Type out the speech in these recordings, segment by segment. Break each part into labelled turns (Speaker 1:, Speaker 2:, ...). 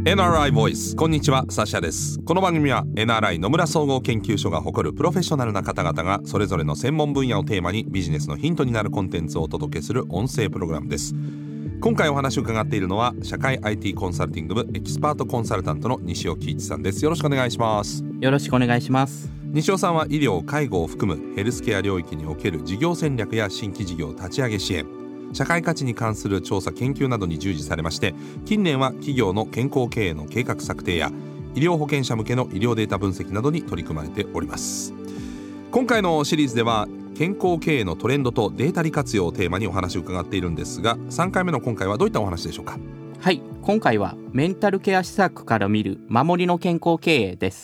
Speaker 1: NRI ボイス、こんにちは、サシャです。この番組は NRI 野村総合研究所が誇るプロフェッショナルな方々がそれぞれの専門分野をテーマにビジネスのヒントになるコンテンツをお届けする音声プログラムです。今回お話を伺っているのは社会 IT コンサルティング部エキスパートコンサルタントの西尾喜一さんです。よろしくお願いします。
Speaker 2: よろしくお願いします。
Speaker 1: 西尾さんは医療・介護を含むヘルスケア領域における事業戦略や新規事業立ち上げ支援、社会価値に関する調査研究などに従事されまして、近年は企業の健康経営の計画策定や医療保険者向けの医療データ分析などに取り組まれております。今回のシリーズでは健康経営のトレンドとデータ利活用をテーマにお話を伺っているんですが、3回目の今回はどういったお話でしょうか。
Speaker 2: はい、今回はメンタルケア施策から見る守りの健康経営です。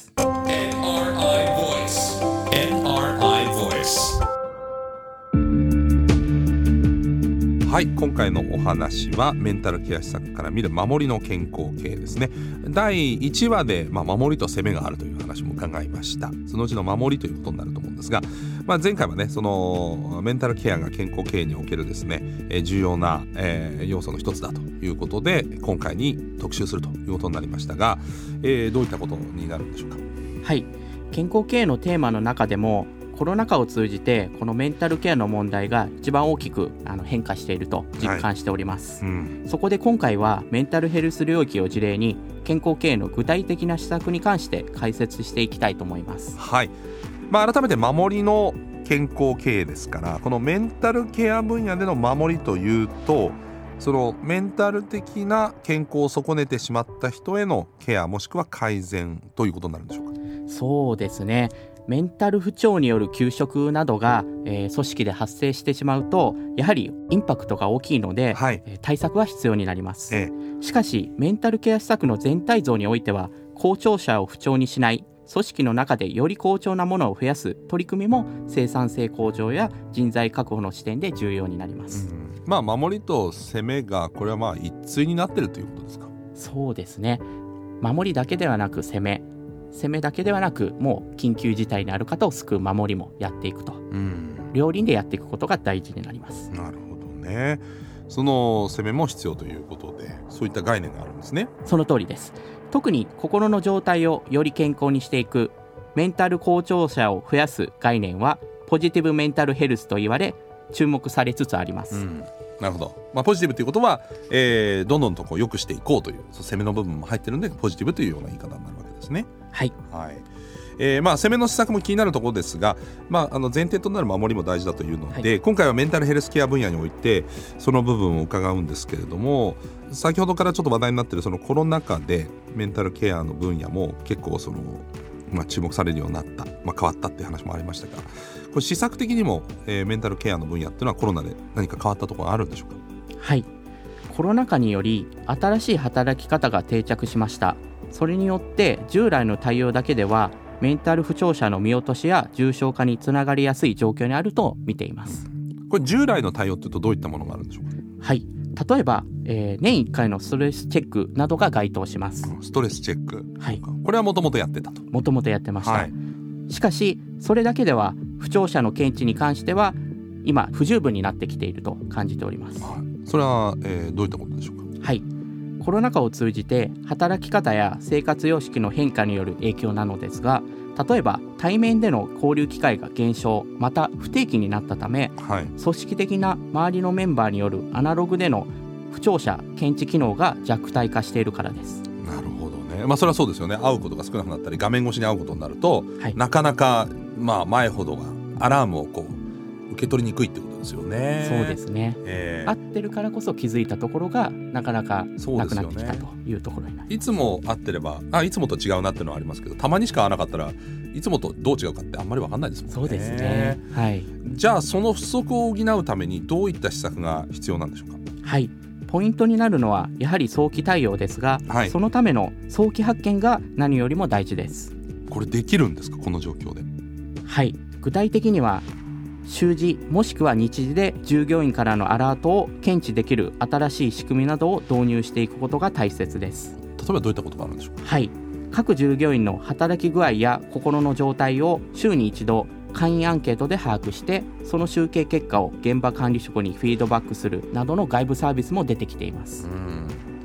Speaker 1: はい、今回のお話はメンタルケア施策から見る守りの健康経営ですね。第1話で、守りと攻めがあるという話も伺いました。そのうちの守りということになると思うんですが、前回はね、そのメンタルケアが健康経営におけるですね、重要な、要素の一つだということで今回に特集するということになりましたが、どういったことになるんでしょうか。
Speaker 2: はい、健康経営のテーマの中でもコロナ禍を通じてこのメンタルケアの問題が一番大きく変化していると実感しております、そこで今回はメンタルヘルス領域を事例に健康経営の具体的な施策に関して解説していきたいと思います。
Speaker 1: はい、改めて守りの健康経営ですから、このメンタルケア分野での守りというと、そのメンタル的な健康を損ねてしまった人へのケアもしくは改善ということになるんでしょうか。
Speaker 2: そうですね、メンタル不調による休職などが、組織で発生してしまうとやはりインパクトが大きいので、対策は必要になります、しかしメンタルケア施策の全体像においては好調者を不調にしない、組織の中でより好調なものを増やす取り組みも生産性向上や人材確保の視点で重要になります、
Speaker 1: 守りと攻めがこれは一対になっているということですか。
Speaker 2: そうですね、守りだけではなく攻めだけではなく、もう緊急事態にある方を救う守りもやっていくと、両輪でやっていくことが大事になります。
Speaker 1: なるほどね。その攻めも必要ということで、そういった概念があるんですね。
Speaker 2: その通りです。特に心の状態をより健康にしていくメンタル好調者を増やす概念はポジティブメンタルヘルスと言われ注目されつつあります、
Speaker 1: なるほど、ポジティブということは、どんどんと良くしていこうという攻めの部分も入ってるのでポジティブというような言い方になるわけですね。
Speaker 2: はい、
Speaker 1: 攻めの施策も気になるところですが、前提となる守りも大事だというので、今回はメンタルヘルスケア分野においてその部分を伺うんですけれども、先ほどからちょっと話題になっているそのコロナ禍でメンタルケアの分野も結構注目されるようになった、変わったっていう話もありましたが、これ施策的にも、メンタルケアの分野っていうのはコロナで何か変わったところあるんでしょうか。
Speaker 2: はい、コロナ禍により新しい働き方が定着しました。それによって従来の対応だけではメンタル不調者の見落としや重症化につながりやすい状況にあると見ています、
Speaker 1: これ従来の対応というとどういったものがあるんでしょうか。
Speaker 2: はい、例えば、年1回のストレスチェックなどが該当します。
Speaker 1: ストレスチェック、
Speaker 2: はい、
Speaker 1: これはもともとやってたと。
Speaker 2: もともとやってました、しかしそれだけでは不調者の検知に関しては今不十分になってきていると感じております、
Speaker 1: それは、どういったことでしょうか。
Speaker 2: はい、コロナ禍を通じて働き方や生活様式の変化による影響なのですが、例えば対面での交流機会が減少また不定期になったため、組織的な周りのメンバーによるアナログでの不調者検知機能が弱体化しているからです。
Speaker 1: なるほどね、それはそうですよね。会うことが少なくなったり画面越しに会うことになると、なかなか、前ほどがアラームを受け取りにくいってことですよね。
Speaker 2: そうですね、合ってるからこそ気づいたところがなかなかなくなってきたというところになります。
Speaker 1: いつも会ってればいつもと違うなっていうのはありますけど、たまにしか会わなかったらいつもとどう違うかってあんまり分かんないですもんね。
Speaker 2: そうですね、
Speaker 1: じゃあその不足を補うためにどういった施策が必要なんでしょうか。
Speaker 2: はい、ポイントになるのはやはり早期対応ですが、そのための早期発見が何よりも大事です。
Speaker 1: これできるんですか、この状況で。
Speaker 2: はい、具体的には週次もしくは日時で従業員からのアラートを検知できる新しい仕組みなどを導入していくことが大切です。
Speaker 1: 例えばどういったことがあるんでしょうか。
Speaker 2: はい、各従業員の働き具合や心の状態を週に一度会員アンケートで把握して、その集計結果を現場管理職にフィードバックするなどの外部サービスも出てきています。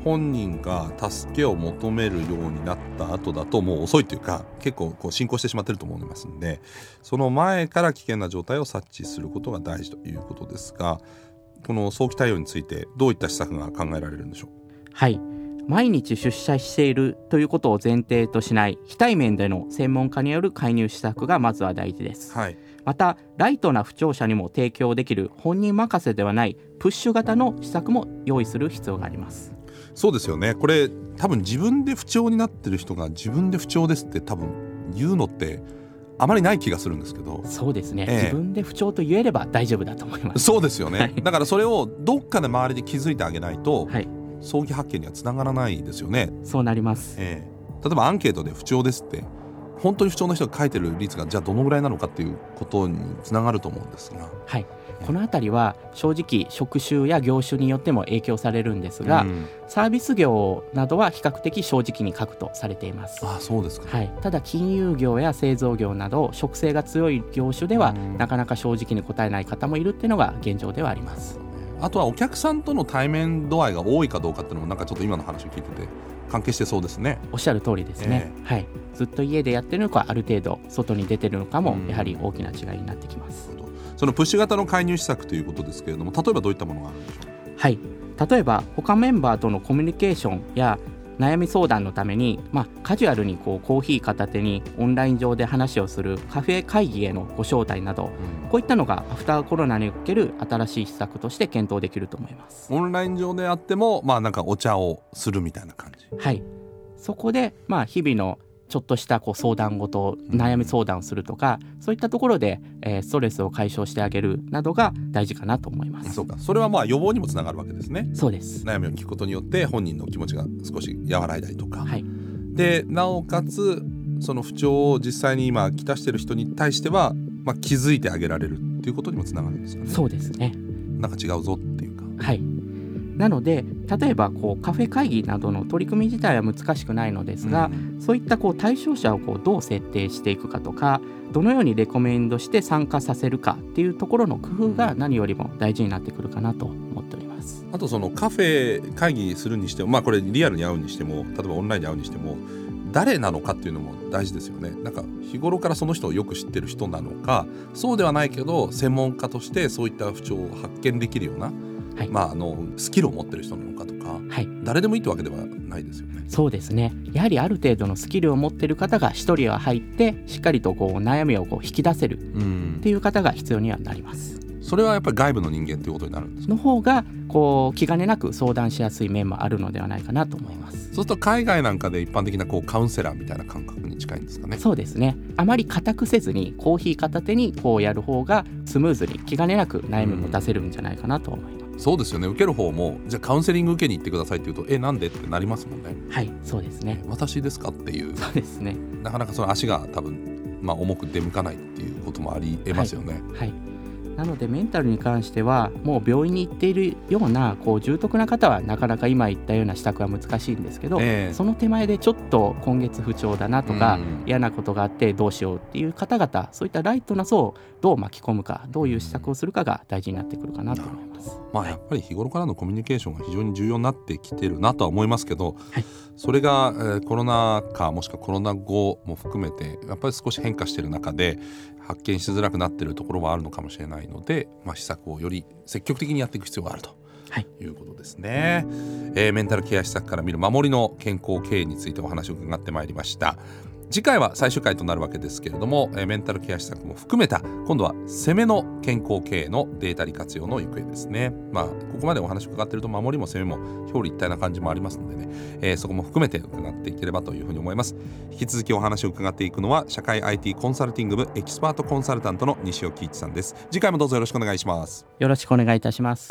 Speaker 1: 本人が助けを求めるようになった後だともう遅いというか、結構進行してしまっていると思いますので、その前から危険な状態を察知することが大事ということですが、この早期対応についてどういった施策が考えられるんでしょう。
Speaker 2: はい、毎日出社しているということを前提としない非対面での専門家による介入施策がまずは大事です。はい、またライトな不調者にも提供できる本人任せではないプッシュ型の施策も用意する必要があります。
Speaker 1: そうですよね。これ多分自分で不調になってる人が自分で不調ですって多分言うのってあまりない気がするんですけど。
Speaker 2: そうですね、自分で不調と言えれば大丈夫だと思います。
Speaker 1: そうですよね、はい、だからそれをどっかで周りで気づいてあげないと、はい、早期発見にはつながらないですよね。
Speaker 2: そうなります、
Speaker 1: 例えばアンケートで不調ですって本当に不調の人が書いてる率がじゃあどのぐらいなのかっていうことにつながると思うんですが、
Speaker 2: はい、このあたりは正直職種や業種によっても影響されるんですが、サービス業などは比較的正直に書くとされています。
Speaker 1: あ、そうですか。
Speaker 2: はい、ただ金融業や製造業など職性が強い業種ではなかなか正直に答えない方もいるっていうのが現状ではあります。
Speaker 1: あとはお客さんとの対面度合いが多いかどうかっていうのもなんかちょっと今の話を聞いてて関係してそうですね。
Speaker 2: おっしゃる通りですね、はい、ずっと家でやってるのかある程度外に出てるのかもやはり大きな違いになってきます。
Speaker 1: そのプッシュ型の介入施策ということですけれども、例えばどういったものがあるんでしょう。
Speaker 2: はい、例えば他メンバーとのコミュニケーションや悩み相談のために、カジュアルにコーヒー片手にオンライン上で話をするカフェ会議へのご招待など、こういったのがアフターコロナにおける新しい施策として検討できると思います。
Speaker 1: オンライン上であっても、なんかお茶をするみたいな感じ。
Speaker 2: はい、そこで、日々のちょっとした相談事、悩み相談をするとか、そういったところで、ストレスを解消してあげるなどが大事かなと思います。
Speaker 1: そうか、それは予防にもつながるわけですね。
Speaker 2: そうです。
Speaker 1: 悩みを聞くことによって本人の気持ちが少し和らいだりとか、
Speaker 2: はい、
Speaker 1: でなおかつその不調を実際に今きたしている人に対しては、気づいてあげられるっていうことにもつながるんですかね。
Speaker 2: そうですね。
Speaker 1: なんか違うぞっていうか。
Speaker 2: はい、なので例えばカフェ会議などの取り組み自体は難しくないのですが、そういった対象者をどう設定していくかとか、どのようにレコメンドして参加させるかっていうところの工夫が何よりも大事になってくるかなと思っております。
Speaker 1: あとそのカフェ会議するにしても、これリアルに会うにしても、例えばオンラインに会うにしても誰なのかっていうのも大事ですよね。なんか日頃からその人をよく知ってる人なのか、そうではないけど専門家としてそういった不調を発見できるような、はい、スキルを持ってる人なのかとか、はい、誰でもいいってわけではないですよね。
Speaker 2: そうですね。やはりある程度のスキルを持っている方が一人は入ってしっかりと悩みを引き出せるっていう方が必要にはなります。
Speaker 1: それはやっぱり外部の人間ということになるんですか。
Speaker 2: の方が気兼ねなく相談しやすい面もあるのではないかなと思います。
Speaker 1: そうすると海外なんかで一般的なカウンセラーみたいな感覚に近いんですかね。
Speaker 2: そうですね。あまり固くせずにコーヒー片手にやる方がスムーズに気兼ねなく悩みも出せるんじゃないかなと思います。
Speaker 1: そうですよね。受ける方もじゃあカウンセリング受けに行ってくださいって言うとなんでってなりますもんね。
Speaker 2: はい、そうですね。
Speaker 1: 私ですかっていう。
Speaker 2: そうですね。
Speaker 1: なかなかその足が多分、重く出向かないっていうこともありえますよね。
Speaker 2: はい、はい、なのでメンタルに関してはもう病院に行っているような重篤な方はなかなか今言ったような施策は難しいんですけど、その手前でちょっと今月不調だなとか、嫌なことがあってどうしようっていう方々、そういったライトな層をどう巻き込むか、どういう施策をするかが大事になってくるかなと思います。
Speaker 1: やっぱり日頃からのコミュニケーションが非常に重要になってきてるなとは思いますけど、はい、それが、コロナ禍もしくはコロナ後も含めてやっぱり少し変化している中で発見しづらくなっているところはあるのかもしれないので、施策をより積極的にやっていく必要があると、いうことですね。メンタルケア施策から見る守りの健康経営についてお話を伺ってまいりました。次回は最終回となるわけですけれども、メンタルケア施策も含めた今度は攻めの健康経営のデータ利活用の行方ですね。ここまでお話を伺っていると守りも攻めも表裏一体な感じもありますのでね、そこも含めて伺っていければというふうに思います。引き続きお話を伺っていくのは社会 IT コンサルティング部エキスパートコンサルタントの西尾喜一さんです。次回もどうぞよろしくお願いします。
Speaker 2: よろしくお願いいたします。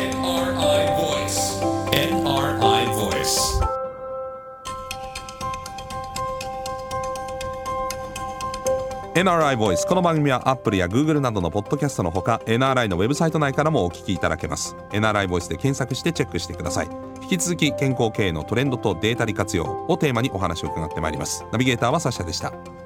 Speaker 1: NRI Voice。 この番組は Apple や Google などのポッドキャストのほか NRI のウェブサイト内からもお聞きいただけます。 NRI Voice で検索してチェックしてください。引き続き健康経営のトレンドとデータ利活用をテーマにお話を伺ってまいります。ナビゲーターはサッシャでした。